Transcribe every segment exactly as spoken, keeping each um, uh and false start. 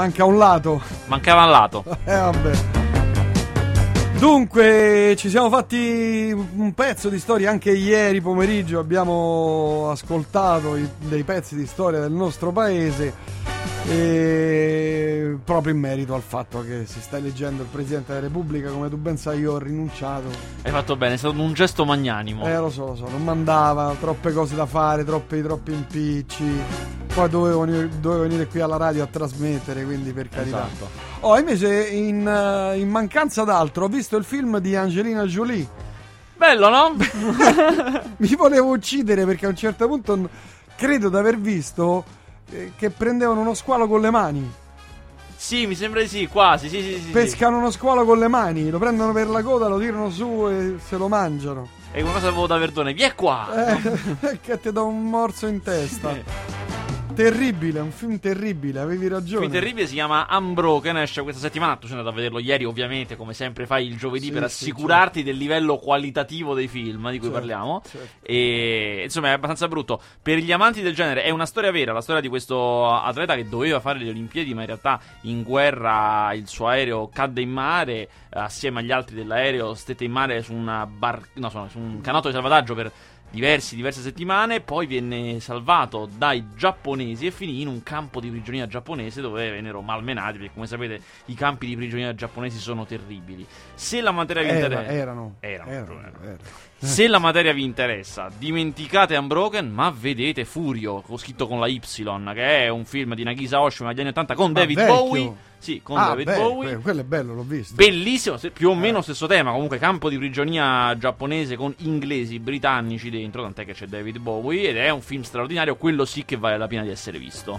manca un lato. Mancava un lato. Eh vabbè. Dunque, ci siamo fatti un pezzo di storia anche ieri pomeriggio, abbiamo ascoltato i, dei pezzi di storia del nostro paese, e proprio in merito al fatto che si sta eleggendo il Presidente della Repubblica. Come tu ben sai, io ho rinunciato. Hai fatto bene, è stato un gesto magnanimo. Eh lo so, lo so, non mandava, troppe cose da fare, troppi, troppi impicci. Poi dovevo venire, dovevo venire qui alla radio a trasmettere, quindi per carità. Esatto. Oh, invece in, uh, in mancanza d'altro ho visto il film di Angelina Jolie. Bello, no? Mi volevo uccidere perché a un certo punto credo di aver visto eh, che prendevano uno squalo con le mani. Sì, mi sembra di sì, quasi, sì, sì, sì. Pescano uno squalo con le mani, lo prendono per la coda, lo tirano su e se lo mangiano. E una cosa avevo da Verdone, vieni qua! Eh, che ti do un morso in testa. Terribile, un film terribile, avevi ragione. Il film terribile si chiama Unbroken, esce questa settimana. Tu sei andato a vederlo ieri, ovviamente, come sempre fai il giovedì, sì, per sì, assicurarti certo. del livello qualitativo dei film di cui certo, parliamo. certo. E insomma è abbastanza brutto. Per gli amanti del genere è una storia vera, la storia di questo atleta che doveva fare le Olimpiadi, ma in realtà in guerra il suo aereo cadde in mare, assieme agli altri dell'aereo stette in mare su una bar... no, su un canotto di salvataggio per diversi, diverse settimane, poi venne salvato dai giapponesi e finì in un campo di prigionia giapponese dove vennero malmenati, perché come sapete i campi di prigionia giapponesi sono terribili. Se la materia vi Era, interessa, erano, erano, erano, erano. Se la materia vi interessa, dimenticate Unbroken, ma vedete Furio, scritto con la Y, che è un film di Nagisa Oshima degli anni ottanta con Ma David vecchio. Bowie. Sì, con ah, David beh, Bowie. Quello è bello, l'ho visto. Bellissimo, più o meno stesso tema. Comunque, campo di prigionia giapponese con inglesi, britannici dentro. Tant'è che c'è David Bowie. Ed è un film straordinario. Quello sì che vale la pena di essere visto.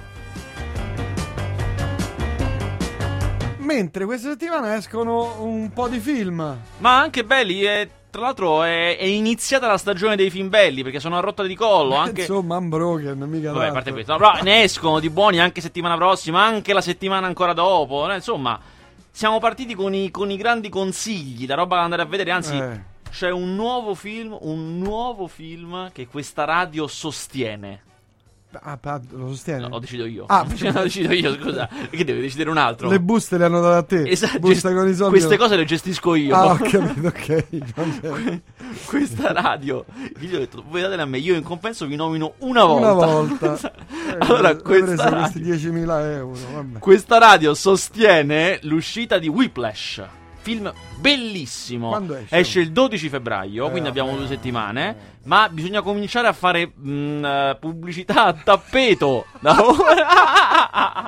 Mentre questa settimana escono un po' di film. Ma anche belli. E, tra l'altro, è, è iniziata la stagione dei film belli. Perché sono a rotta di collo. Anche... Insomma, Unbroken, mica Vabbè, a tanto. parte questo. No, però ne escono di buoni anche settimana prossima. Anche la settimana ancora dopo. Eh, insomma, siamo partiti con i, con i grandi consigli. La roba da andare a vedere. Anzi, Eh. c'è un nuovo film. Un nuovo film che questa radio sostiene. Ah, pa- lo sostiene? No, lo decido io. Ah, lo decido io, scusa. Perché devi decidere un altro? Le buste le hanno date a te. Esatto. Busta con i soldi. Queste cose le gestisco io. Ah, ho capito, ok. Vabbè. Questa radio, io gli ho detto, voi datela a me, io in compenso vi nomino una volta. Una volta. Allora, Eh, questa preso radio, questi diecimila euro. Vabbè. questa radio sostiene l'uscita di Whiplash. Film bellissimo. Quando esce? Esce il dodici febbraio, Eh, quindi abbiamo vabbè. due settimane. Ma bisogna cominciare a fare mh, pubblicità a tappeto da ora.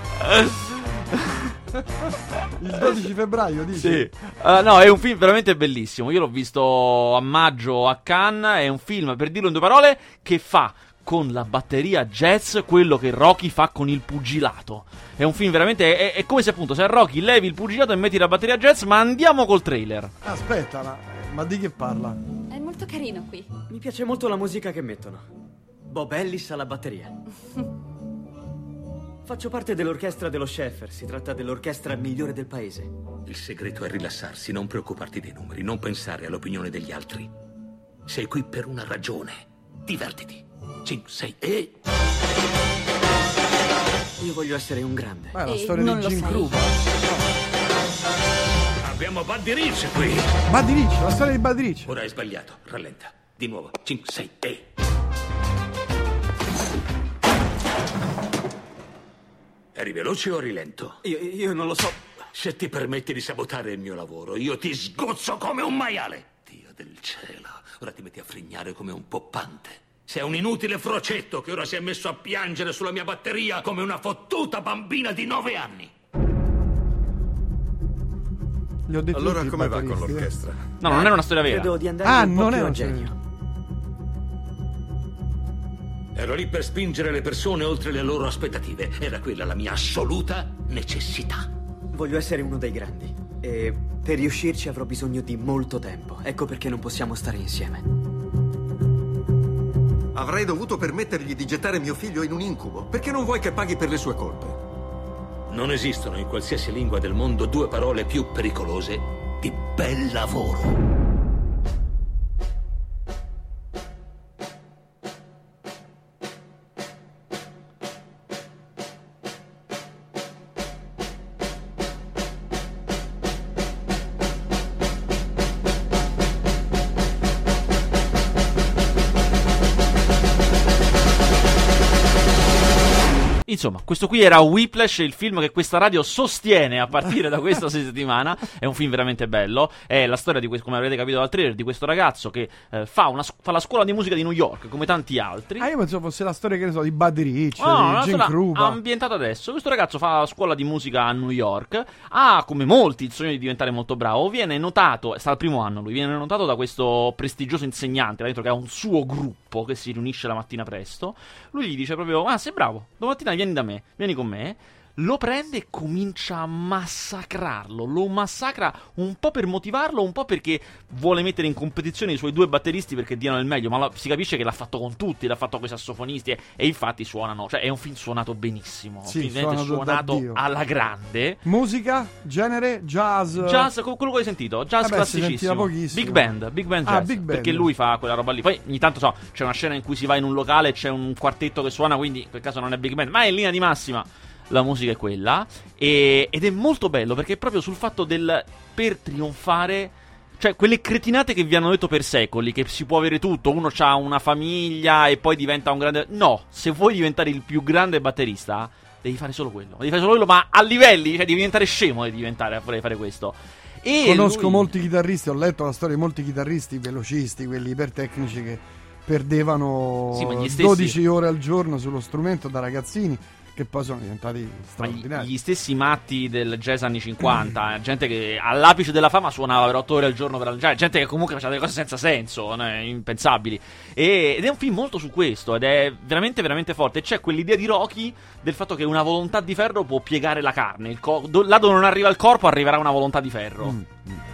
Il dodici febbraio, dici? Sì. Uh, no, è un film veramente bellissimo. Io l'ho visto a maggio a Cannes. È un film, per dirlo in due parole, che fa con la batteria jazz quello che Rocky fa con il pugilato. È un film veramente... È, è come se appunto se a Rocky levi il pugilato e metti la batteria jazz. Ma andiamo col trailer. Aspetta, ma, ma di che parla? È molto carino qui. Mi piace molto la musica che mettono. Bob Ellis alla batteria. Faccio parte dell'orchestra dello Sheffer. Si tratta dell'orchestra migliore del paese. Il segreto è rilassarsi, non preoccuparti dei numeri, non pensare all'opinione degli altri. Sei qui per una ragione. Divertiti. cinque, sei e... Io voglio essere un grande. Ma è la E storia non di lo Jim sei. Krupa. Abbiamo Buddy Rich qui. Buddy Rich, la storia di Buddy Rich. Ora hai sbagliato, rallenta. Di nuovo, cinque, sei e... Eri veloce o rilento? Io, io non lo so. Se ti permetti di sabotare il mio lavoro, io ti sgozzo come un maiale. Dio del cielo, ora ti metti a frignare come un poppante. Sei un inutile frocetto che ora si è messo a piangere sulla mia batteria come una fottuta bambina di nove anni. Li ho detti Allora tutti i come va con batteristi, eh. l'orchestra? No, non è una storia vera. Credo di andare Ah, un po' non più è a una genio. Ero lì per spingere le persone oltre le loro aspettative. Era quella la mia assoluta necessità. Voglio essere uno dei grandi. E per riuscirci avrò bisogno di molto tempo. Ecco perché non possiamo stare insieme. Avrei dovuto permettergli di gettare mio figlio in un incubo. Perché non vuoi che paghi per le sue colpe? Non esistono in qualsiasi lingua del mondo due parole più pericolose di bel lavoro. Insomma, questo qui era Whiplash, il film che questa radio sostiene a partire da questa settimana. È un film veramente bello. È la storia di questo, come avrete capito dal trailer, di questo ragazzo che eh, fa, una, fa la scuola di musica di New York, come tanti altri. Ah, io pensavo fosse la storia, che ne so, di Buddy Rich, no, di Gene Krupa. Ambientato adesso. Questo ragazzo fa la scuola di musica a New York. Ha, come molti, il sogno di diventare molto bravo. Viene notato, sta al primo anno lui, viene notato da questo prestigioso insegnante là dentro, che ha un suo gruppo che si riunisce la mattina presto. Lui gli dice proprio: ah, sei bravo, domattina vieni da me, vieni con me. Lo prende e comincia a massacrarlo. Lo massacra un po' per motivarlo, un po' perché vuole mettere in competizione i suoi due batteristi perché diano il meglio. Ma lo, si capisce che l'ha fatto con tutti, l'ha fatto con i sassofonisti e, e infatti suonano. Cioè è un film suonato benissimo, sì, un film suonato alla grande. Musica, genere, jazz. Jazz, quello che hai sentito, jazz Vabbè, classicissimo. Big band, big band jazz. Ah, big band. Perché lui fa quella roba lì. Poi ogni tanto so, c'è una scena in cui si va in un locale e c'è un quartetto che suona, quindi in quel caso non è big band, ma è in linea di massima. La musica è quella e, ed è molto bello perché è proprio sul fatto del per trionfare, cioè quelle cretinate che vi hanno detto per secoli che si può avere tutto, uno ha una famiglia e poi diventa un grande. No, se vuoi diventare il più grande batterista devi fare solo quello, devi fare solo quello, ma a livelli, cioè devi diventare scemo di diventare a voler fare questo. E conosco lui... molti chitarristi, ho letto la storia di molti chitarristi velocisti, quelli ipertecnici che perdevano sì, stessi... dodici ore al giorno sullo strumento da ragazzini, che poi sono diventati straordinari. Gli, gli stessi matti del jazz anni cinquanta, gente che all'apice della fama suonava per otto ore al giorno per cioè, gente che comunque faceva delle cose senza senso, né, impensabili. E, ed è un film molto su questo, ed è veramente veramente forte. E c'è quell'idea di Rocky del fatto che una volontà di ferro può piegare la carne, il co- do- là dove non arriva il corpo arriverà una volontà di ferro. Mm.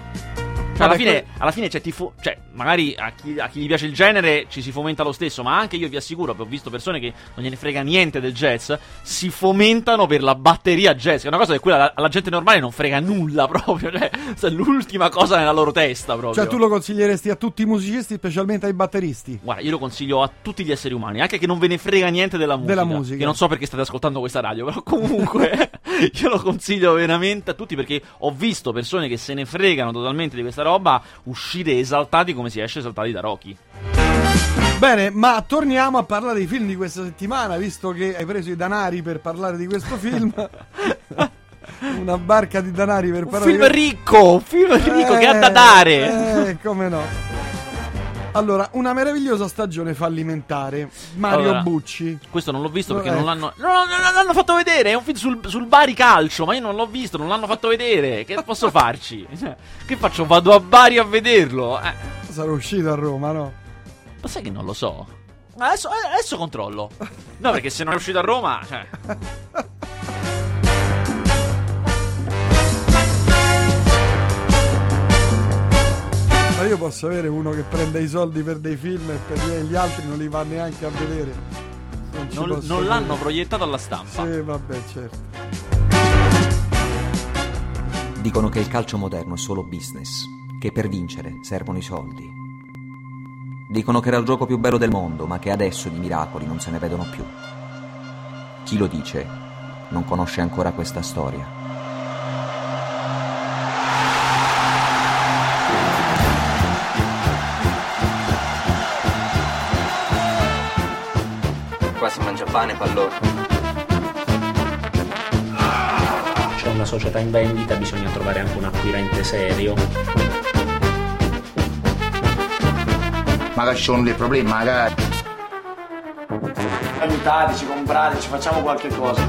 Cioè, alla, fine, alla fine c'è tifo. Cioè, magari a chi, a chi gli piace il genere ci si fomenta lo stesso. Ma anche io vi assicuro, ho visto persone che non gliene frega niente del jazz, si fomentano per la batteria jazz. Che è una cosa che quella alla gente normale non frega nulla proprio. Cioè, è l'ultima cosa nella loro testa proprio. Cioè, tu lo consiglieresti a tutti i musicisti, specialmente ai batteristi? Guarda, io lo consiglio a tutti gli esseri umani, anche che non ve ne frega niente della musica. Della musica. Che non so perché state ascoltando questa radio, però comunque io lo consiglio veramente a tutti, perché ho visto persone che se ne fregano totalmente di questa roba uscire esaltati come si esce esaltati da Rocky. Bene, ma torniamo a parlare dei film di questa settimana, visto che hai preso i danari per parlare di questo film. Una barca di danari per un parlare film di... ricco, un film ricco eh, che ha da dare. Eh, come no. Allora, una meravigliosa stagione fallimentare. Mario allora, Bucci. Questo non l'ho visto perché eh. non l'hanno non, non, non l'hanno fatto vedere. È un film sul, sul Bari Calcio, ma io non l'ho visto, non l'hanno fatto vedere. Che posso farci? Che faccio? Vado a Bari a vederlo. Eh. Sarò uscito a Roma, no? Ma sai che non lo so. Adesso, adesso controllo. No, perché se non è uscito a Roma, cioè... Ma io posso avere uno che prende i soldi per dei film e per gli altri non li va neanche a vedere. Non, non, non l'hanno proiettato alla stampa. Sì, vabbè, certo. Dicono che il calcio moderno è solo business, che per vincere servono i soldi. Dicono che era il gioco più bello del mondo, ma che adesso di miracoli non se ne vedono più. Chi lo dice non conosce ancora questa storia. Qua si mangia pane e pallone. C'è una società in vendita, bisogna trovare anche un acquirente serio. Magari ci sono dei problemi, magari. Aiutateci, comprateci, facciamo qualche cosa.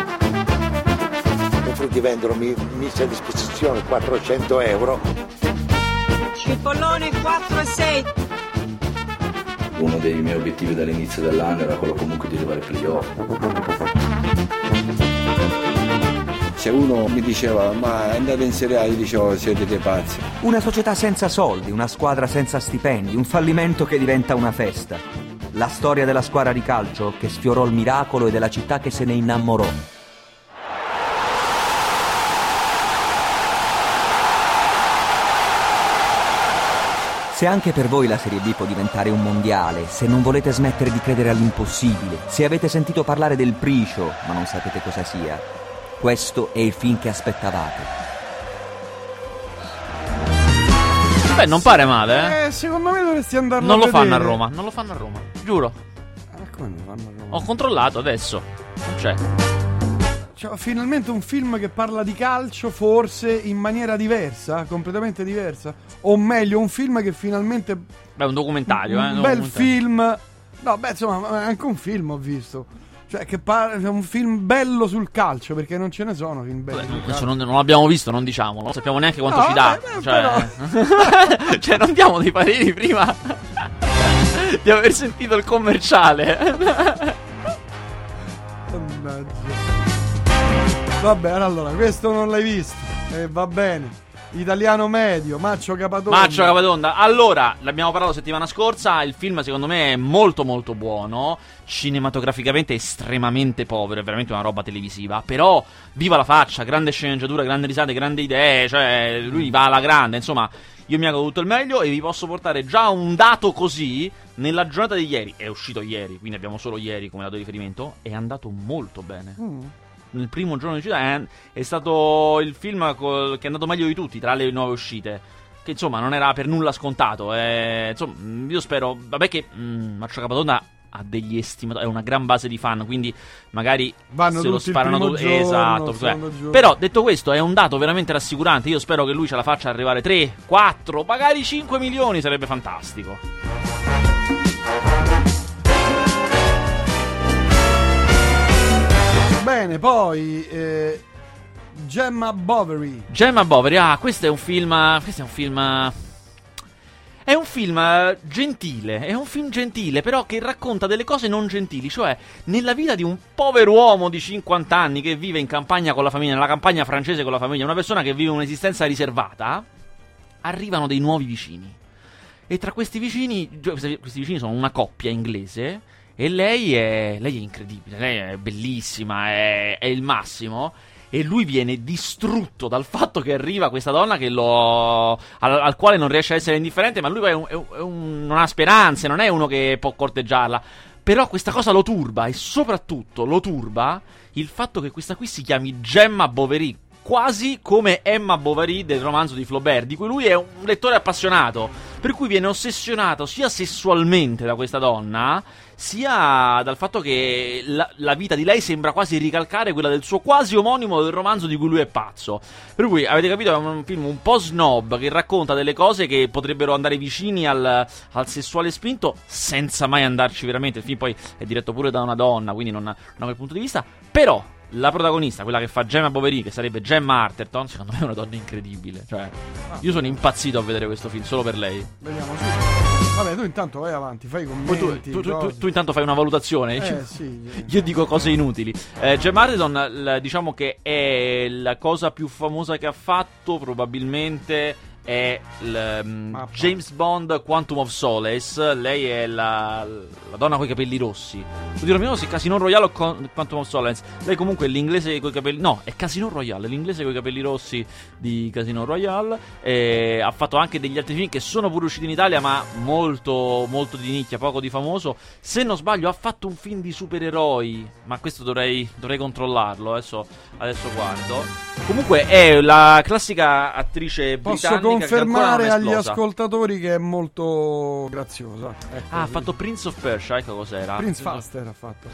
I frutti vendono messi a disposizione quattrocento euro. Cipollone quattro e sei. Uno dei miei obiettivi dall'inizio dell'anno era quello comunque di arrivare ai playoff. Se uno mi diceva ma andate in Serie A, io dicevo siete dei pazzi. Una società senza soldi, una squadra senza stipendi, un fallimento che diventa una festa. La storia della squadra di calcio che sfiorò il miracolo e della città che se ne innamorò. Se anche per voi la Serie B può diventare un mondiale, se non volete smettere di credere all'impossibile, se avete sentito parlare del Pricio, ma non sapete cosa sia, questo è il film che aspettavate. Beh, non pare male, eh? Eh, secondo me dovresti andarlo non a lo vedere. fanno a Roma, non lo fanno a Roma, giuro. Come mi fanno Ho controllato adesso. Non c'è. Cioè, finalmente un film che parla di calcio, forse in maniera diversa, completamente diversa. O meglio, un film che finalmente... Beh, un documentario, un, eh. Un un bel documentario. film... No, beh, insomma, anche un film ho visto. Cioè, che parla... un film bello sul calcio, perché non ce ne sono film belli. Beh, questo non, non l'abbiamo visto, non diciamo. Non sappiamo neanche quanto no, ci dà. Beh, beh, cioè... cioè, non diamo dei pareri prima di aver sentito il commerciale. Mannaggia. Vabbè, allora, questo non l'hai visto. Eh, va bene. Italiano medio, Maccio Capatonda. Maccio Capatonda. Allora, l'abbiamo parlato settimana scorsa. Il film, secondo me, è molto, molto buono. Cinematograficamente estremamente povero. È veramente una roba televisiva. Però, viva la faccia, grande sceneggiatura, grandi risate, grandi idee. Cioè, lui va alla grande. Insomma, io mi auguro tutto il meglio. E vi posso portare già un dato così. Nella giornata di ieri, è uscito ieri, quindi abbiamo solo ieri come dato di riferimento. È andato molto bene. Mm. Nel primo giorno di uscita è, è stato il film col, che è andato meglio di tutti tra le nuove uscite, che insomma non era per nulla scontato. eh, Insomma, io spero, vabbè, che mm, Maccio Capatonda ha degli estimatori, è una gran base di fan, quindi magari vanno se lo sparano tutti. Esatto. Giorno. Però detto questo, è un dato veramente rassicurante. Io spero che lui ce la faccia arrivare tre, quattro, magari cinque milioni, sarebbe fantastico. Bene, poi eh, Gemma Bovary. Gemma Bovary, ah, questo è un film. Questo è un film. È un film gentile. È un film gentile, però che racconta delle cose non gentili. Cioè, nella vita di un povero uomo di cinquanta anni che vive in campagna con la famiglia, nella campagna francese con la famiglia, una persona che vive un'esistenza riservata, arrivano dei nuovi vicini. E tra questi vicini, questi vicini sono una coppia inglese. E lei è, lei è incredibile, lei è bellissima, è, è il massimo. E lui viene distrutto dal fatto che arriva questa donna che lo, al, al quale non riesce a essere indifferente. Ma lui è un, è un, non ha speranze, non è uno che può corteggiarla. Però questa cosa lo turba, e soprattutto lo turba il fatto che questa qui si chiami Gemma Bovary, quasi come Emma Bovary del romanzo di Flaubert, di cui lui è un lettore appassionato, per cui viene ossessionato sia sessualmente da questa donna, sia dal fatto che la, la vita di lei sembra quasi ricalcare quella del suo quasi omonimo del romanzo di cui lui è pazzo. Per cui, avete capito, è un film un po' snob che racconta delle cose che potrebbero andare vicini al, al sessuale spinto, senza mai andarci veramente. Il film poi è diretto pure da una donna, quindi non, non ha quel punto di vista. Però la protagonista, quella che fa Gemma Bovary, che sarebbe Gemma Arterton, secondo me è una donna incredibile. Cioè, io sono impazzito a vedere questo film solo per lei. Vediamo, sì. Vabbè, tu intanto vai avanti, fai i commenti. Tu, tu, tu, tu, tu intanto fai una valutazione. Eh, sì, io dico cose inutili. eh, Gemma Arterton, l- diciamo che è la cosa più famosa che ha fatto, probabilmente è l, um, James Bond Quantum of Solace. Lei è la, la donna con i capelli rossi. Oddio, non mi ricordo se Casino Royale o Con- Quantum of Solace. Lei comunque è l'inglese con i capelli... No, è Casino Royale, l'inglese con i capelli rossi di Casino Royale. E ha fatto anche degli altri film che sono pure usciti in Italia, ma molto, molto di nicchia, poco di famoso. Se non sbaglio ha fatto un film di supereroi, ma questo dovrei, dovrei controllarlo. Adesso, adesso guardo. Comunque è la classica attrice britannica. Posso confermare agli ascoltatori che è molto graziosa. Ecco, ah, ha fatto Prince of Persia, ecco cos'era. Prince Faster ha fatto.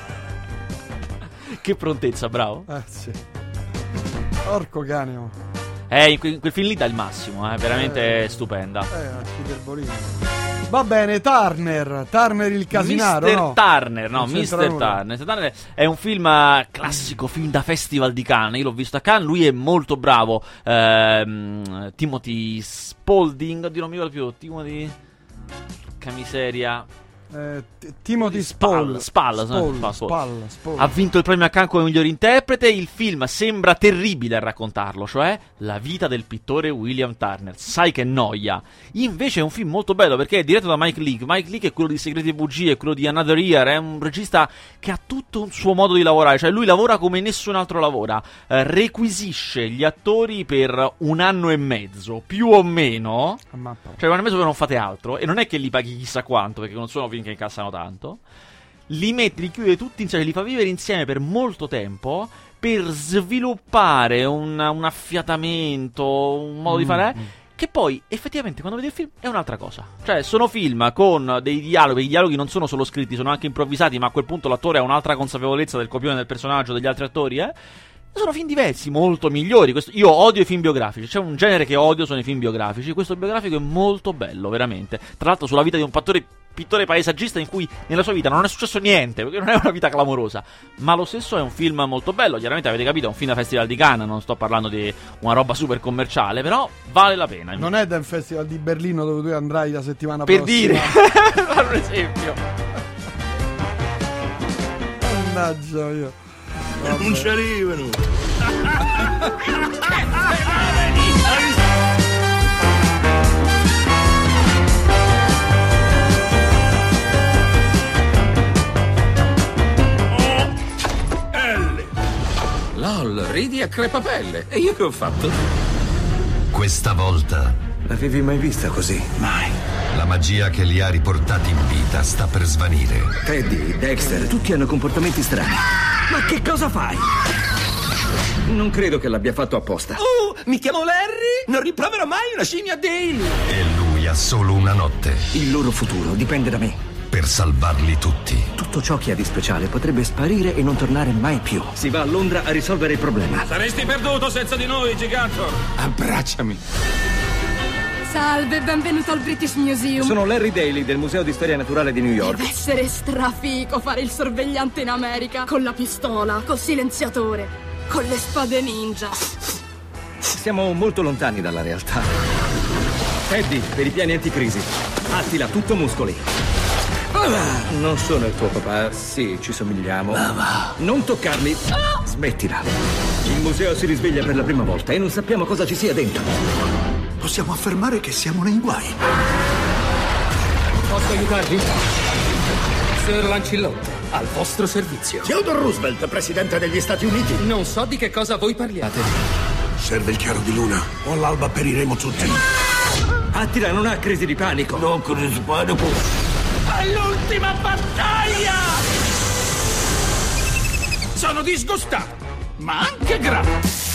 Che prontezza, bravo. Eh sì. Porco cane. Oh. Eh, in, que- in quel film lì dà il massimo, eh, veramente eh, stupenda. Eh, Va bene, Turner, Turner il casinaro, mister no? Turner, no, mister Turner. mister Turner è un film classico, film da Festival di Cannes. Io l'ho visto a Cannes, lui è molto bravo. Ehm, Timothy Spalding, oddio non mi ricordo più, Timothy... Che miseria... Eh, t- Timothy Spall, Spall, Spall, Spall, Spall, Spall, Spall. Ha vinto il premio a Cannes come miglior interprete. Il film sembra terribile a raccontarlo, cioè la vita del pittore William Turner. Sai che noia. Invece è un film molto bello perché è diretto da Mike Leake. Mike Leake è quello di Segreti e Bugie, è quello di Another Year. È un regista che ha tutto un suo modo di lavorare, cioè lui lavora come nessun altro lavora. eh, requisisce gli attori per un anno e mezzo, più o meno. Cioè un anno e mezzo che non fate altro, e non è che li paghi chissà quanto, perché non sono film che incassano tanto. Li mette, li chiude tutti insieme, li fa vivere insieme per molto tempo per sviluppare un, un affiatamento, un modo mm. di fare che che poi effettivamente quando vedi il film è un'altra cosa. Cioè sono film con dei dialoghi, i dialoghi non sono solo scritti, sono anche improvvisati, ma a quel punto l'attore ha un'altra consapevolezza del copione del personaggio degli altri attori, eh. Sono film diversi, molto migliori. Questo, io odio i film biografici, c'è un genere che odio, sono i film biografici. Questo biografico è molto bello, veramente. Tra l'altro sulla vita di un pittore, pittore paesaggista in cui nella sua vita non è successo niente, perché non è una vita clamorosa, ma lo stesso è un film molto bello. Chiaramente avete capito, è un film da Festival di Cannes, non sto parlando di una roba super commerciale, però vale la pena. Non è del Festival di Berlino dove tu andrai la settimana per prossima. Per dire, fare un esempio. Mannaggia io. Vabbè. Non ci arrivano. LOL, ridi a crepapelle. E io che ho fatto? Questa volta... L'avevi mai vista così? Mai. La magia che li ha riportati in vita sta per svanire. Teddy, Dexter, tutti hanno comportamenti strani. Ma che cosa fai? Non credo che l'abbia fatto apposta. Oh, mi chiamo Larry, non riproverò mai una scimmia Dale. E lui ha solo una notte. Il loro futuro dipende da me. Per salvarli tutti. Tutto ciò che ha di speciale potrebbe sparire e non tornare mai più. Si va a Londra a risolvere il problema. Saresti perduto senza di noi, Gigantor. Abbracciami. Salve, benvenuto al British Museum. Sono Larry Daly del Museo di Storia Naturale di New York. Deve essere strafico fare il sorvegliante in America. Con la pistola, col silenziatore, con le spade ninja. Siamo molto lontani dalla realtà. Teddy, per i piani anticrisi. Attila, tutto muscoli. Non sono il tuo papà. Sì, ci somigliamo. Non toccarmi. Smettila. Il museo si risveglia per la prima volta e non sappiamo cosa ci sia dentro. Possiamo affermare che siamo nei guai. Posso aiutarvi? Sir Lancillotto, al vostro servizio. Theodore Roosevelt, presidente degli Stati Uniti. Non so di che cosa voi parliate. Serve il chiaro di luna o all'alba periremo tutti. Attila non ha crisi di panico. No, crisi di panico. All'ultima battaglia! Sono disgustato, ma anche grato.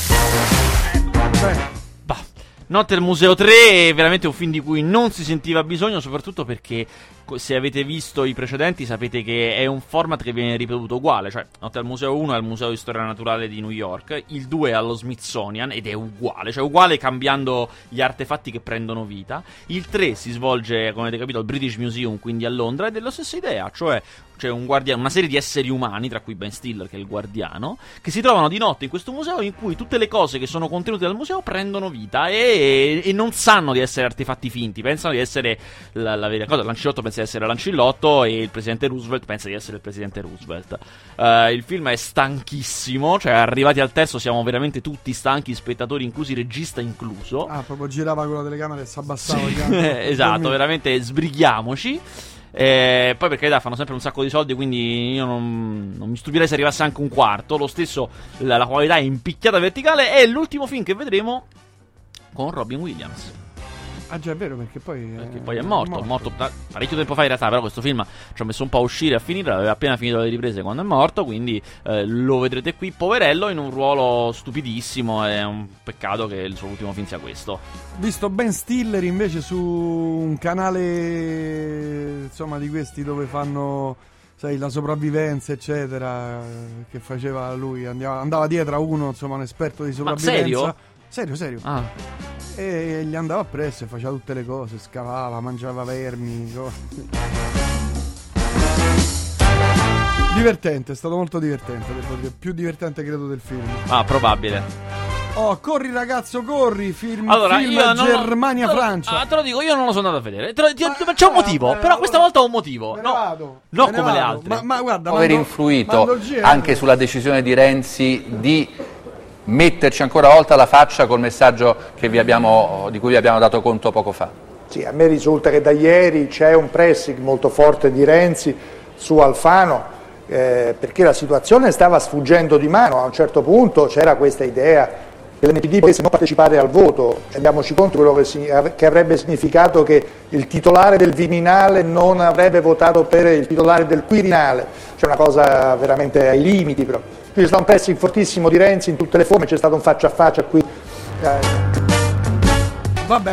Beh. Notte al Museo tre è veramente un film di cui non si sentiva bisogno, soprattutto perché se avete visto i precedenti sapete che è un format che viene ripetuto uguale, cioè Notte al Museo uno è al Museo di Storia Naturale di New York, il due è allo Smithsonian ed è uguale, cioè uguale cambiando gli artefatti che prendono vita, il tre si svolge, come avete capito, al British Museum, quindi a Londra, ed è la stessa idea, cioè c'è un guardiano, una serie di esseri umani, tra cui Ben Stiller che è il guardiano, che si trovano di notte in questo museo in cui tutte le cose che sono contenute dal museo prendono vita e, e non sanno di essere artefatti finti, pensano di essere la, la vera cosa. Lancillotto pensa di essere Lancillotto e il presidente Roosevelt pensa di essere il presidente Roosevelt. Uh, il film è stanchissimo, cioè arrivati al terzo siamo veramente tutti stanchi, spettatori inclusi, regista incluso. Ah, proprio girava con la telecamera e si abbassava. Sì. Esatto, veramente sbrighiamoci. Eh, poi per carità fanno sempre un sacco di soldi, quindi io non, non mi stupirei se arrivasse anche un quarto. Lo stesso, la, la qualità è impicchiata verticale. È l'ultimo film che vedremo con Robin Williams. Ah già, è vero, perché poi Perché poi è morto, è morto parecchio tempo fa in realtà, però questo film ci ha messo un po' a uscire e a finire, aveva appena finito le riprese quando è morto, quindi eh, lo vedrete qui, poverello, in un ruolo stupidissimo, è un peccato che il suo ultimo film sia questo. Visto Ben Stiller invece su un canale, insomma, di questi dove fanno, sai, la sopravvivenza eccetera, che faceva lui, andava, andava dietro a uno, insomma, un esperto di sopravvivenza. Ma serio? Serio, serio. Ah. E gli andava appresso e faceva tutte le cose, scavava, mangiava vermi. Divertente, è stato molto divertente, devo dire, più divertente credo del film. Ah, probabile. Oh, corri ragazzo, corri, film, allora, film io non Germania-Francia. Ah, te lo dico, io non lo sono andato a vedere. Te lo, ti, ma, c'è un motivo, eh, però questa volta ho un motivo. No, vado, no come vado. le altre. Ma, ma guarda, aver mando, influito mando anche sulla decisione di Renzi di metterci ancora una volta la faccia col messaggio che vi abbiamo, di cui vi abbiamo dato conto poco fa. Sì, a me risulta che da ieri c'è un pressing molto forte di Renzi su Alfano, eh, perché la situazione stava sfuggendo di mano. A un certo punto c'era questa idea che l'N P D potesse non partecipare al voto. Rendiamoci conto quello che, si, che avrebbe significato che il titolare del Viminale non avrebbe votato per il titolare del Quirinale. C'è una cosa veramente ai limiti, però. C'è stato un pressing fortissimo di Renzi in tutte le forme, c'è stato un faccia a faccia qui. Vabbè, ma che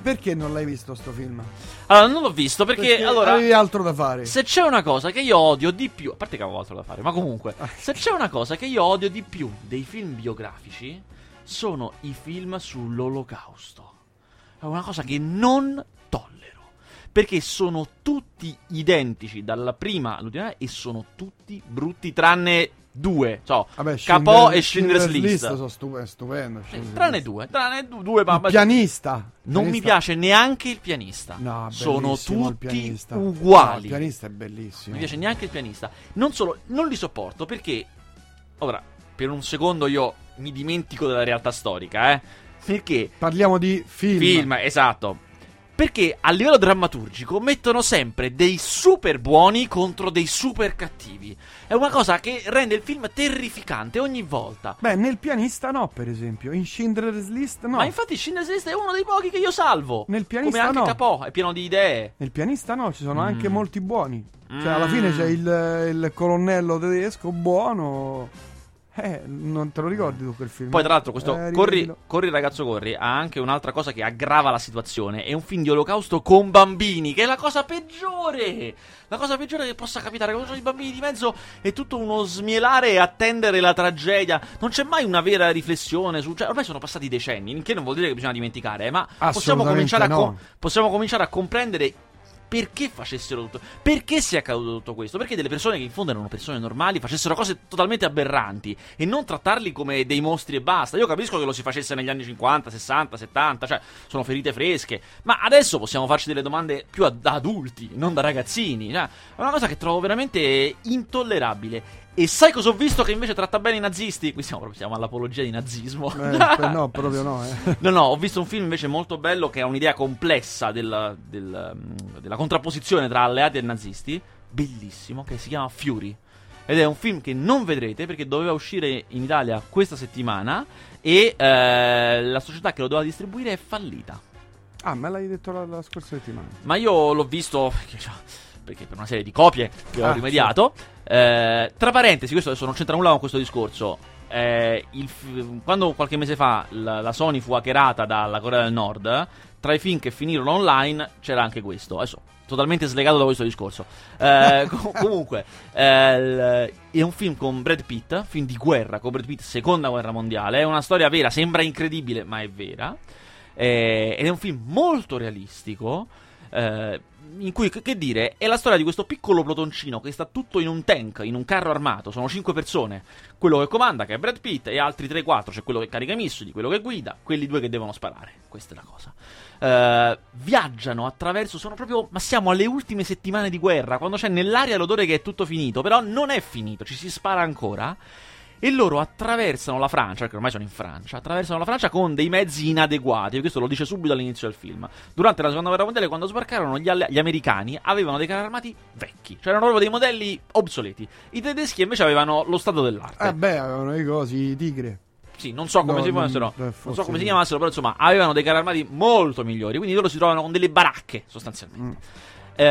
perché non l'hai visto sto film? Allora, non l'ho visto perché, Perché allora, avevi altro da fare. Se c'è una cosa che io odio di più, a parte che avevo altro da fare, ma comunque, se c'è una cosa che io odio di più dei film biografici, sono i film sull'Olocausto. È una cosa che non tollero, perché sono tutti identici dalla prima all'ultima e sono tutti brutti tranne due, so, Vabbè, Capò Schindler- e Schindler's Schindler's List. List sono stu- stupendo. Eh, tranne due, tranne du- due, ma Il pianista. non Pianista. mi piace neanche il pianista. No, sono bellissimo il tutti pianista. uguali. No, il pianista è bellissimo. Non mi piace neanche il pianista. Non solo, non li sopporto perché, ora, per un secondo io mi dimentico della realtà storica, eh. Perché parliamo di film. Film, esatto. Perché a livello drammaturgico mettono sempre dei super buoni contro dei super cattivi. È una cosa che rende il film terrificante ogni volta. Beh, nel pianista no, per esempio. In Schindler's List no. Ma infatti Schindler's List è uno dei pochi che io salvo. Nel pianista come anche no. Capò, è pieno di idee. Nel pianista no, ci sono Mm. anche molti buoni. Cioè, alla Mm. fine c'è il, il colonnello tedesco buono. Eh, non te lo ricordi tu quel film? Poi tra l'altro questo Eh, corri, rivedilo. corri ragazzo corri ha anche un'altra cosa che aggrava la situazione. È un film di Olocausto con bambini, che è la cosa peggiore. La cosa peggiore che possa capitare. Quando ci sono i bambini di mezzo è tutto uno smielare e attendere la tragedia. Non c'è mai una vera riflessione su, cioè, ormai sono passati decenni, il che non vuol dire che bisogna dimenticare, eh, ma possiamo cominciare, no. a com- possiamo cominciare a comprendere perché facessero tutto, perché sia accaduto tutto questo, perché delle persone che in fondo erano persone normali facessero cose totalmente aberranti e non trattarli come dei mostri e basta. Io capisco che lo si facesse negli anni cinquanta, sessanta, settanta, cioè sono ferite fresche, ma adesso possiamo farci delle domande più ad- da adulti, non da ragazzini, cioè, è una cosa che trovo veramente intollerabile. E sai cosa ho visto che invece tratta bene i nazisti? Qui siamo proprio siamo all'apologia di nazismo. Eh, no, proprio no. Eh. No, no, ho visto un film invece molto bello che ha un'idea complessa del, del, della contrapposizione tra alleati e nazisti. Bellissimo, che si chiama Fury. Ed è un film che non vedrete perché doveva uscire in Italia questa settimana e eh, la società che lo doveva distribuire è fallita. Ah, me l'hai detto la, la scorsa settimana. Ma io l'ho visto perché, perché per una serie di copie che ho Ah, rimediato. Sì. Eh, tra parentesi, questo adesso non c'entra nulla con questo discorso. Eh, il, quando qualche mese fa la, la Sony fu hackerata dalla Corea del Nord, tra i film che finirono online c'era anche questo. Adesso totalmente slegato da questo discorso. Eh, com- comunque, eh, è un film con Brad Pitt, film di guerra con Brad Pitt, seconda guerra mondiale. È una storia vera, sembra incredibile, ma è vera. Eh, ed è un film molto realistico. Eh, in cui, che dire, è la storia di questo piccolo plutoncino che sta tutto in un tank, in un carro armato, sono cinque persone, quello che comanda che è Brad Pitt e altri tre quattro, cioè quello che carica i missili, quello che guida, quelli due che devono sparare, questa è la cosa. Uh, viaggiano attraverso, sono proprio, ma siamo alle ultime settimane di guerra, quando c'è nell'aria l'odore che è tutto finito, però non è finito, ci si spara ancora. E loro attraversano la Francia, perché ormai sono in Francia, attraversano la Francia con dei mezzi inadeguati, questo lo dice subito all'inizio del film. Durante la seconda guerra mondiale, quando sbarcarono, gli, alle- gli americani avevano dei carri armati vecchi, cioè erano proprio dei modelli obsoleti. I tedeschi invece avevano lo stato dell'arte. Eh beh, avevano i cosi, i tigre. Sì, non so come No, si non- chiamassero, eh, non forse so come si sì. chiamassero, però insomma avevano dei carri armati molto migliori, quindi loro si trovano con delle baracche, sostanzialmente. Mm.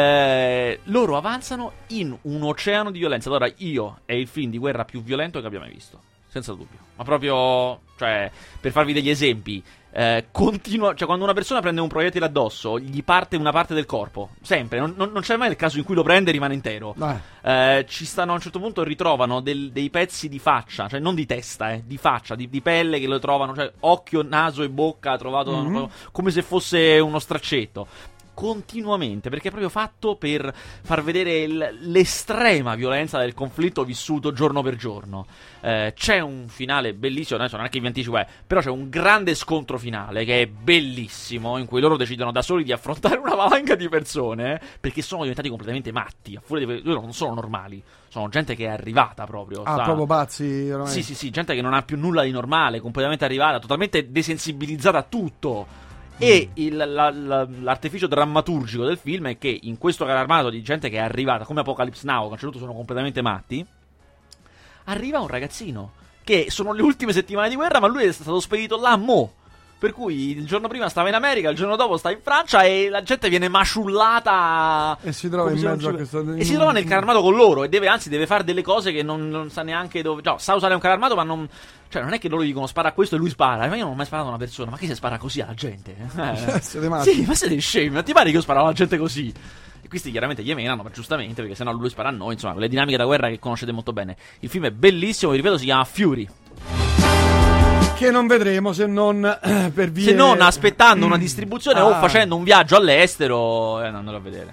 Eh, loro avanzano in un oceano di violenza. Allora, io è il film di guerra più violento che abbia mai visto. Senza dubbio. Ma proprio, cioè, per farvi degli esempi, eh, continua, cioè quando una persona prende un proiettile addosso, gli parte una parte del corpo, sempre, non, non, non c'è mai il caso in cui lo prende e rimane intero. Eh, ci stanno a un certo punto, ritrovano del, dei pezzi di faccia, cioè non di testa, eh, di faccia, di, di pelle che lo trovano, cioè occhio, naso e bocca trovato Mm-hmm. come se fosse uno straccetto. Continuamente, perché è proprio fatto per far vedere il, l'estrema violenza del conflitto vissuto giorno per giorno. Eh, c'è un finale bellissimo, adesso non è che vi anticipo, eh, però c'è un grande scontro finale che è bellissimo, in cui loro decidono da soli di affrontare una valanga di persone, eh, perché sono diventati completamente matti, a furia di, loro non sono normali, sono gente che è arrivata proprio. Ah, sta- proprio pazzi ormai. Sì, sì, sì, gente che non ha più nulla di normale, completamente arrivata, totalmente desensibilizzata a tutto. E il, la, la, l'artificio drammaturgico del film è che in questo carro armato di gente che è arrivata come Apocalypse Now, che a un certo punto sono completamente matti, arriva un ragazzino che sono le ultime settimane di guerra, ma lui è stato spedito là mo. Per cui il giorno prima stava in America, il giorno dopo sta in Francia e la gente viene maciullata e si trova in mezzo a questo e si trova nel carro armato con loro e deve, anzi deve fare delle cose che non, non sa neanche dove, no, sa usare un carro armato, ma non, cioè non è che loro dicono spara a questo e lui spara. Ma io non ho mai sparato a una persona, ma che si spara così alla gente? Eh. Siete matti. Sì, ma siete scemi, ma ti pare che io sparavo alla gente così? E questi chiaramente gli menano, ma giustamente, perché sennò lui spara a noi, insomma, quelle dinamiche da guerra che conoscete molto bene. Il film è bellissimo, vi ripeto, si chiama Fury. Che non vedremo se non eh, per vie... Se non aspettando una distribuzione ah. o facendo un viaggio all'estero e eh, andando a vedere.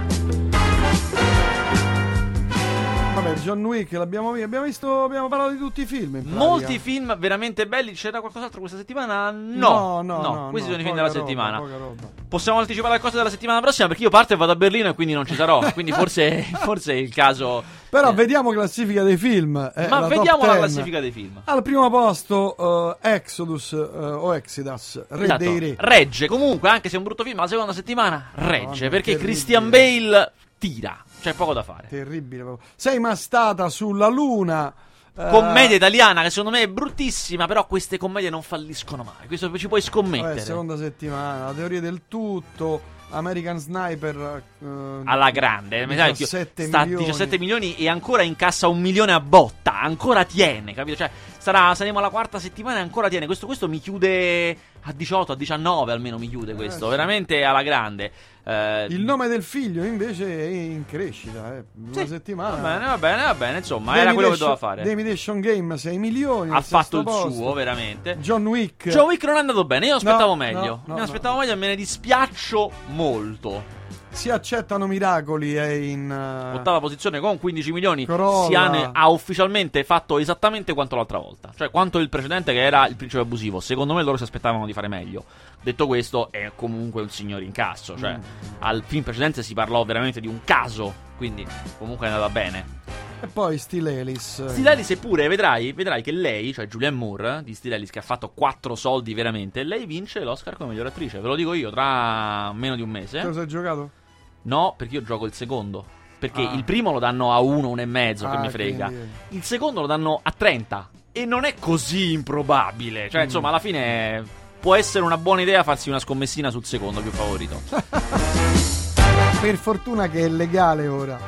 Vabbè, John Wick l'abbiamo visto, abbiamo visto, abbiamo parlato di tutti i film. Molti film veramente belli. C'era qualcos'altro questa settimana? No, No, no, no, no questi no, sono i film della roba, settimana. roba. Possiamo anticipare le cose della settimana prossima perché io parto e vado a Berlino e quindi non ci sarò. Quindi forse, forse è il caso. Però eh. vediamo classifica dei film. Eh, Ma la vediamo top la ten. classifica dei film. Al primo posto uh, Exodus uh, o Exodus, Re Esatto. dei Re. Regge, comunque, anche se è un brutto film, la seconda settimana regge No, perché terribile. Christian Bale tira. C'è poco da fare. Terribile proprio. Sei mai stata sulla Luna? Commedia italiana che secondo me è bruttissima, però queste commedie non falliscono mai. Questo ci puoi scommettere. Vabbè, seconda settimana, La teoria del tutto, American Sniper uh, alla grande, diciassette sta milioni. diciassette milioni e ancora incassa un milione a botta, ancora tiene, capito? Cioè, sarà, saremo alla quarta settimana e ancora tiene. Questo, questo mi chiude a diciotto, a diciannove almeno mi chiude questo, eh, sì. veramente alla grande. Eh, Il nome del figlio invece è in crescita, eh. Una sì, settimana. Va bene, va bene, va bene, insomma, The era quello che Imitation- doveva fare. The Imitation Game sei milioni. Ha al fatto sesto il posto. suo, veramente. John Wick. John Wick non è andato bene, io aspettavo No, meglio. no, no, mi no. aspettavo meglio e me ne dispiaccio molto. Si accettano miracoli, è in uh, Ottava posizione con quindici milioni. Corolla. Sian ha ufficialmente fatto esattamente quanto l'altra volta, cioè quanto il precedente che era Il principe abusivo. Secondo me loro si aspettavano di fare meglio. Detto questo, è comunque un signor incasso, cioè Mm. al film precedente si parlò veramente di un caso, quindi comunque è andata bene. E poi Still Ellis. Still Ellis eppure, vedrai, vedrai che lei, cioè Julianne Moore di Still Ellis, che ha fatto quattro soldi veramente, lei vince l'Oscar come miglior attrice. Ve lo dico io, tra meno di un mese. Te lo sei giocato? No, perché io gioco il secondo. Perché Ah. il primo lo danno a uno, uno e mezzo, che Ah, mi frega. quindi- Il secondo lo danno a trenta. E non è così improbabile. Cioè, Mm. insomma, alla fine può essere una buona idea farsi una scommessina sul secondo più favorito. Per fortuna che è legale ora.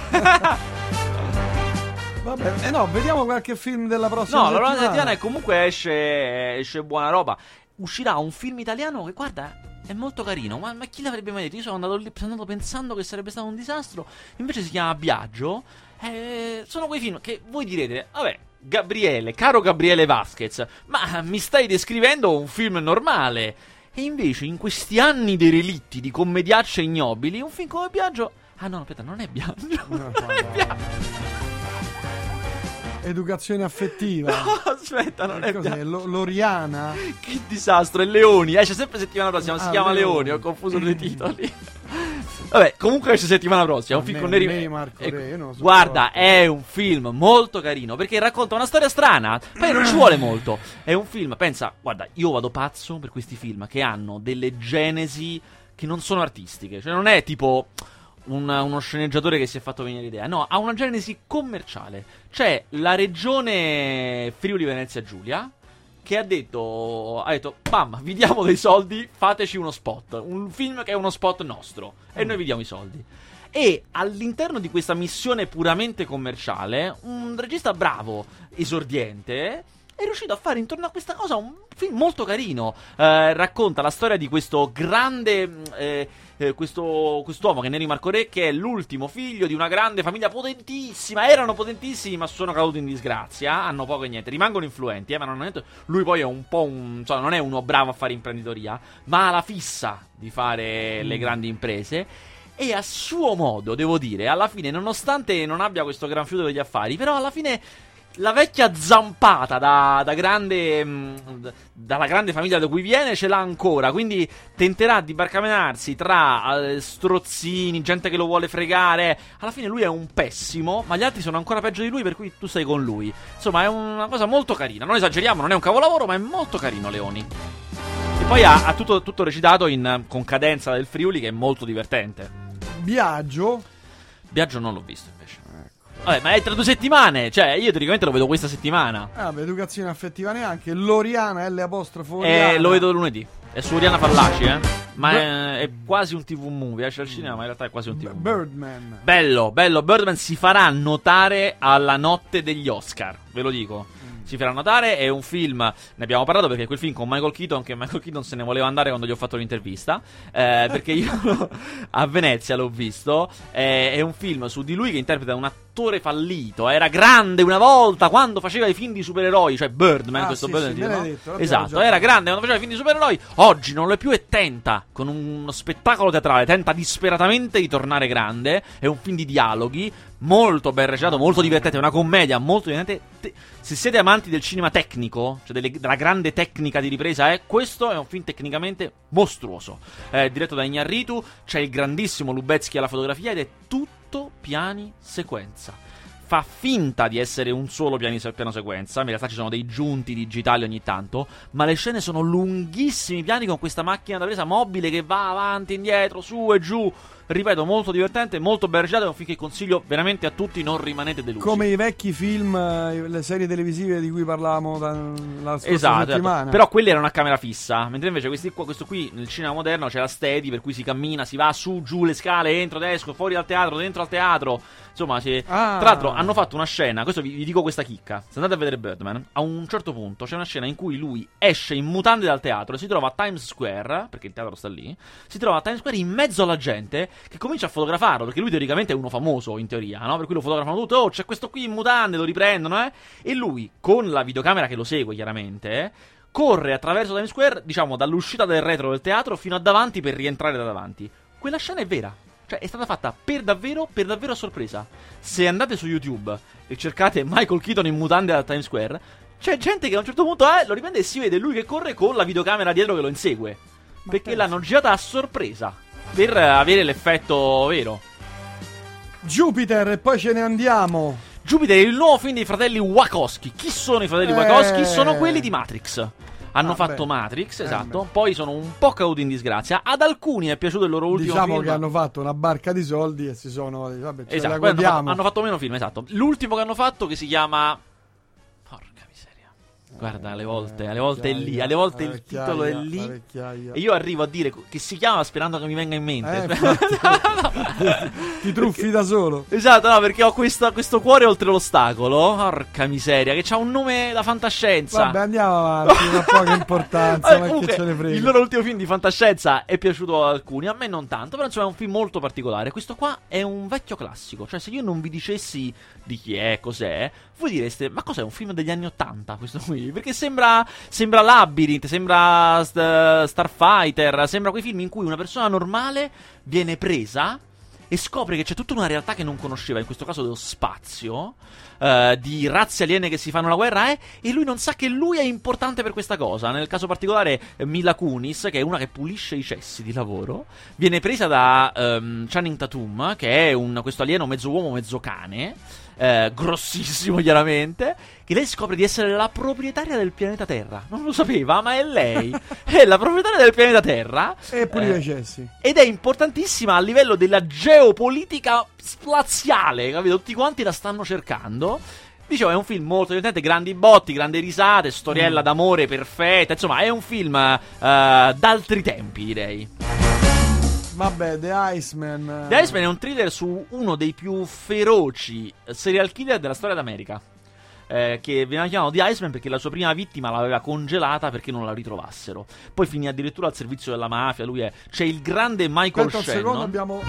Vabbè, eh no, vediamo qualche film della prossima No, la settimana. prossima settimana e comunque esce, esce buona roba. Uscirà un film italiano che, guarda, è molto carino. Ma, ma chi l'avrebbe mai detto? Io sono andato lì sono andato pensando che sarebbe stato un disastro. Invece si chiama Biagio. Eh, sono quei film che voi direte, vabbè, Gabriele, caro Gabriele Vasquez, ma mi stai descrivendo un film normale. E invece in questi anni dei relitti di commediacce ignobili, un film come Biagio... Ah no, aspetta, non è Biagio. No, non no, è no. Biagio. Educazione affettiva. No, aspetta, non è Cos'è? Biagio. Lo- Loriana? Che disastro, è Leoni. Esce sempre settimana prossima, si Ah, chiama Leoni. Leoni, ho confuso due titoli. Vabbè, comunque esce settimana prossima, un film con Me- Neri... me- Marco ecco, Re, io non so guarda, cosa. è un film molto carino perché racconta una storia strana. Poi non ci vuole molto. È un film, pensa, guarda, io vado pazzo per questi film che hanno delle genesi che non sono artistiche. Cioè non è tipo un- uno sceneggiatore che si è fatto venire l'idea. No, ha una genesi commerciale. C'è la regione Friuli Venezia Giulia che ha detto, ha detto, bam, vi diamo dei soldi, fateci uno spot. Un film che è uno spot nostro. E noi vi diamo i soldi. E all'interno di questa missione puramente commerciale, un regista bravo, esordiente, è riuscito a fare intorno a questa cosa un film molto carino. Eh, racconta la storia di questo grande... Eh, eh, questo quest'uomo che è Neri Marco Re, che è l'ultimo figlio di una grande famiglia potentissima. Erano potentissimi ma sono caduti in disgrazia, hanno poco e niente, rimangono influenti, eh, ma non hanno niente. Lui poi è un po' un... Cioè, non è uno bravo a fare imprenditoria, ma ha la fissa di fare le grandi imprese. E a suo modo, devo dire, alla fine, nonostante non abbia questo gran fiuto degli affari, però alla fine la vecchia zampata da, da grande mh, dalla grande famiglia da cui viene ce l'ha ancora, quindi tenterà di barcamenarsi tra eh, strozzini, gente che lo vuole fregare. Alla fine lui è un pessimo, ma gli altri sono ancora peggio di lui, per cui tu sei con lui. Insomma, è una cosa molto carina, non esageriamo, non è un capolavoro, ma è molto carino, Leoni. E poi ha, ha tutto, tutto recitato in, con cadenza del Friuli, che è molto divertente. Biagio? Biagio non l'ho visto invece. Vabbè, ma è tra due settimane. Cioè, io teoricamente lo vedo questa settimana. Ah, beh, educazione affettiva neanche. L'Oriana, L apostrofo Eh, lo vedo lunedì. È su Oriana Fallaci, eh. Ma è, è quasi un T V movie. Esce al cinema, ma in realtà è quasi un T V movie. Birdman. Bello, bello. Birdman si farà notare alla notte degli Oscar. Ve lo dico. Si farà notare, è un film, ne abbiamo parlato perché è quel film con Michael Keaton, che Michael Keaton se ne voleva andare quando gli ho fatto l'intervista, eh, perché io a Venezia l'ho visto, eh, è un film su di lui che interpreta un attore fallito, era grande una volta quando faceva i film di supereroi, cioè Birdman, ah, questo sì, Birdman, sì, no? detto, Esatto, era grande quando faceva i film di supereroi, oggi non lo è più e tenta, con uno spettacolo teatrale, tenta disperatamente di tornare grande, è un film di dialoghi, molto ben recitato, molto divertente, è una commedia molto divertente. Se siete amanti del cinema tecnico, cioè delle, della grande tecnica di ripresa, eh, questo è un film tecnicamente mostruoso. È diretto da Iñárritu, c'è il grandissimo Lubezki alla fotografia ed è tutto piani sequenza. Fa finta di essere un solo piani, piano sequenza, in realtà ci sono dei giunti digitali ogni tanto, ma le scene sono lunghissimi piani con questa macchina da presa mobile che va avanti, indietro, su e giù. Ripeto, molto divertente, molto ben recitato, è un film che consiglio veramente a tutti, non rimanete delusi. Come i vecchi film, le serie televisive di cui parlavamo da, la scorsa esatto, settimana. Esatto, però quelli erano a camera fissa, mentre invece questi qua, questo qui nel cinema moderno c'è la steady, per cui si cammina, si va su, giù le scale, entro, esco, fuori dal teatro, dentro al teatro. Insomma, si... ah. Tra l'altro hanno fatto una scena, questo vi, vi dico questa chicca, se andate a vedere Birdman, a un certo punto c'è una scena in cui lui esce in mutande dal teatro e si trova a Times Square, perché il teatro sta lì, si trova a Times Square in mezzo alla gente che comincia a fotografarlo, perché lui teoricamente è uno famoso in teoria, no? Per cui lo fotografano tutto, oh c'è questo qui in mutande, lo riprendono, eh? E lui, con la videocamera che lo segue chiaramente, eh, corre attraverso Times Square, diciamo dall'uscita del retro del teatro fino a davanti per rientrare da davanti. Quella scena è vera. Cioè, è stata fatta per davvero, per davvero a sorpresa. Se andate su YouTube e cercate Michael Keaton in mutande da Times Square, c'è gente che a un certo punto eh, lo riprende e si vede lui che corre con la videocamera dietro che lo insegue. Ma perché penso. L'hanno girata a sorpresa, per avere l'effetto vero. Jupiter, e poi ce ne andiamo. Jupiter è il nuovo film dei fratelli Wachowski. Chi sono i fratelli eh... Wachowski? Sono quelli di Matrix. Hanno ah, fatto beh. Matrix, esatto, eh, poi sono un po' caduti in disgrazia. Ad alcuni è piaciuto il loro ultimo diciamo film. Diciamo che hanno fatto una barca di soldi e si sono... Vabbè, ce esatto, la hanno fatto, hanno fatto meno film, esatto. L'ultimo che hanno fatto, che si chiama... Porca miseria. Guarda, alle volte, alle volte è lì, alle volte il titolo è lì. E io arrivo a dire che si chiama sperando che mi venga in mente. Eh, ti truffi da solo. Esatto, no, perché ho questa, questo cuore oltre l'ostacolo. Porca miseria, che c'ha un nome da fantascienza. Vabbè, andiamo avanti, non ha poca importanza. Vabbè, ma comunque, che ce ne frega. Il loro ultimo film di fantascienza è piaciuto ad alcuni, a me non tanto. Però insomma è un film molto particolare. Questo qua è un vecchio classico. Cioè, se io non vi dicessi di chi è, cos'è, voi direste: ma cos'è, un film degli anni Ottanta questo qui? Perché sembra, sembra Labyrinth, sembra st- Starfighter, sembra quei film in cui una persona normale viene presa e scopre che c'è tutta una realtà che non conosceva, in questo caso dello spazio, uh, di razze aliene che si fanno la guerra, eh, e lui non sa che lui è importante per questa cosa. Nel caso particolare Mila Kunis, che è una che pulisce i cessi di lavoro, viene presa da um, Channing Tatum, che è un, questo alieno mezzo uomo mezzo cane, eh, grossissimo chiaramente, che lei scopre di essere la proprietaria del pianeta Terra. Non lo sapeva, ma è lei. È la proprietaria del pianeta Terra. E pulire eh, i cessi. Ed è importantissima a livello della geopolitica spaziale, capito? Tutti quanti la stanno cercando. Dicevo, è un film molto divertente, grandi botti, grandi risate, storiella mm. d'amore perfetta. Insomma, è un film uh, d'altri tempi, direi. Vabbè, The Iceman. The Iceman è un thriller su uno dei più feroci serial killer della storia d'America. Eh, che veniva chiamato The Iceman perché la sua prima vittima l'aveva congelata perché non la ritrovassero. Poi finì addirittura al servizio della mafia. Lui è. C'è il grande Michael Shannon. Shannon. Secondo abbiamo.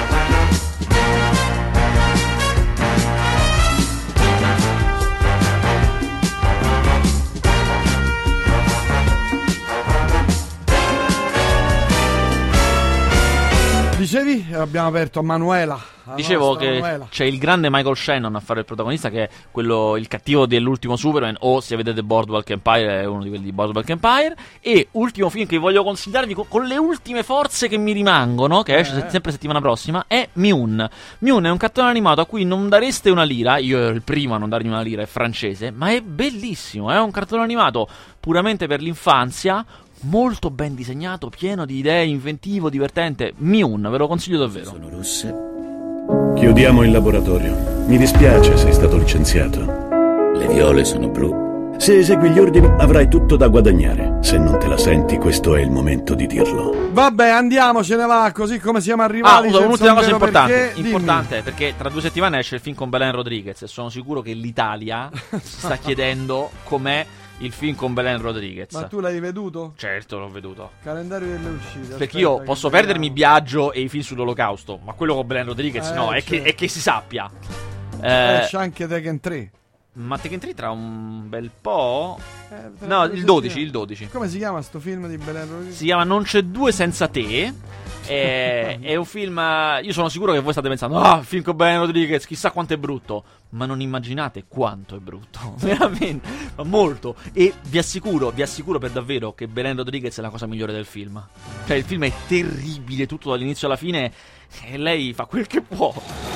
Dicevi? Abbiamo aperto a Manuela. Dicevo che Manuela. C'è il grande Michael Shannon a fare il protagonista, che è quello, il cattivo dell'ultimo Superman, o se vedete Boardwalk Empire è uno di quelli di Boardwalk Empire. E ultimo film che voglio consigliarvi con, con le ultime forze che mi rimangono, che esce eh. sempre settimana prossima, è Mune. Mune è un cartone animato a cui non dareste una lira. Io ero il primo a non dargli una lira, è francese, ma è bellissimo. È un cartone animato puramente per l'infanzia, molto ben disegnato, pieno di idee, inventivo, divertente. Mune, ve lo consiglio davvero. Sono rosse. Chiudiamo il laboratorio. Mi dispiace, sei stato licenziato. Le viole sono blu. Se esegui gli ordini avrai tutto da guadagnare. Se non te la senti, questo è il momento di dirlo. Vabbè, andiamo, ce ne va, così come siamo arrivati. Ah, un'ultima cosa importante, perché, importante perché tra due settimane esce il film con Belen Rodriguez e sono sicuro che l'Italia si sta chiedendo com'è il film con Belen Rodriguez. Ma tu l'hai veduto? Certo, l'ho veduto. Calendario delle uscite. Perché aspetta, io posso perdermi Biagio e i film sull'Olocausto, ma quello con Belen Rodriguez eh, no, è, certo. che, è che si sappia. Eh, esce anche Tekken tre. Ma Tekken tre tra un bel po'. Eh, no, il dodici, il dodici. Come si chiama sto film di Belen Rodriguez? Si chiama Non c'è due senza te. È, è un film. Io sono sicuro che voi state pensando: ah, il film con Belen Rodriguez, chissà quanto è brutto. Ma non immaginate quanto è brutto. Veramente, ma molto. E vi assicuro, vi assicuro per davvero che Belen Rodriguez è la cosa migliore del film. Cioè, il film è terribile tutto dall'inizio alla fine. E lei fa quel che può.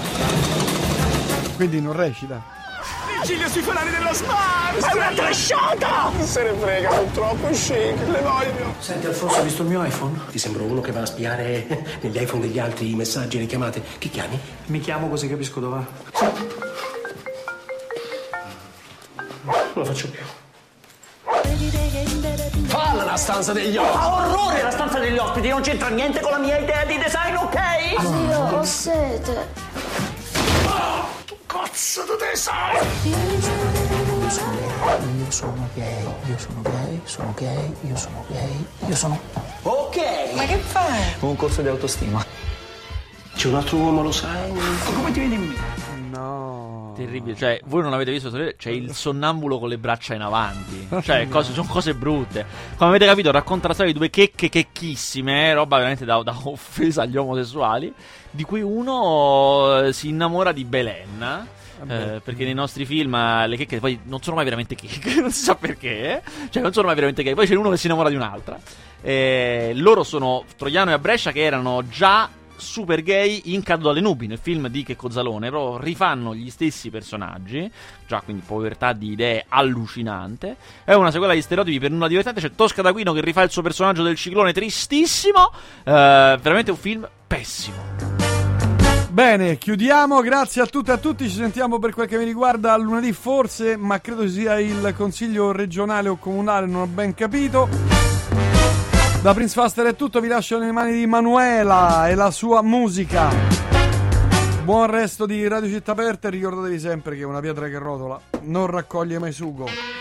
Quindi non recita. Vigilio sui fanali dello Smart! È una trasciata! Se ne frega, sono troppo chic, le voglio! Senti Alfonso, hai visto il mio iPhone? Ti sembro uno che va a spiare negli iPhone degli altri i messaggi e le chiamate. Chi chiami? Mi chiamo così capisco dove va. Non lo faccio più. Falla la stanza degli ospiti! Fa orrore la stanza degli ospiti, non c'entra niente con la mia idea di design, ok? Zio, ho sete. Cazzo tu te sai! Io sono gay, io sono gay, sono gay, io sono gay, io sono... Ok! Ma che fai? Un corso di autostima. C'è un altro uomo, lo sai? Come ti vedi in me? No. Terribile, cioè voi non avete visto, c'è il sonnambulo con le braccia in avanti. Cioè, cose, sono cose brutte. Come avete capito, racconta la storia di due checche checchissime, eh, roba veramente da, da offesa agli omosessuali, di cui uno eh, si innamora di Belen. Eh, perché nei nostri film le checche poi non sono mai veramente checche, non si sa perché, cioè non sono mai veramente checche. Poi c'è uno che si innamora di un'altra. Eh, loro sono Troiano e Brescia, che erano già super gay in Caduto alle nubi, nel film di Checco Zalone, però rifanno gli stessi personaggi, già quindi povertà di idee allucinante. È una sequela di stereotipi per nulla divertente. C'è Tosca d'Aquino che rifà il suo personaggio del ciclone, tristissimo. Eh, veramente un film pessimo. Bene, chiudiamo, grazie a tutte e a tutti, ci sentiamo per quel che mi riguarda lunedì forse, ma credo sia il consiglio regionale o comunale, non ho ben capito. Da Prince Faster è tutto, vi lascio nelle mani di Manuela e la sua musica. Buon resto di Radio Città Aperta e ricordatevi sempre che una pietra che rotola non raccoglie mai sugo.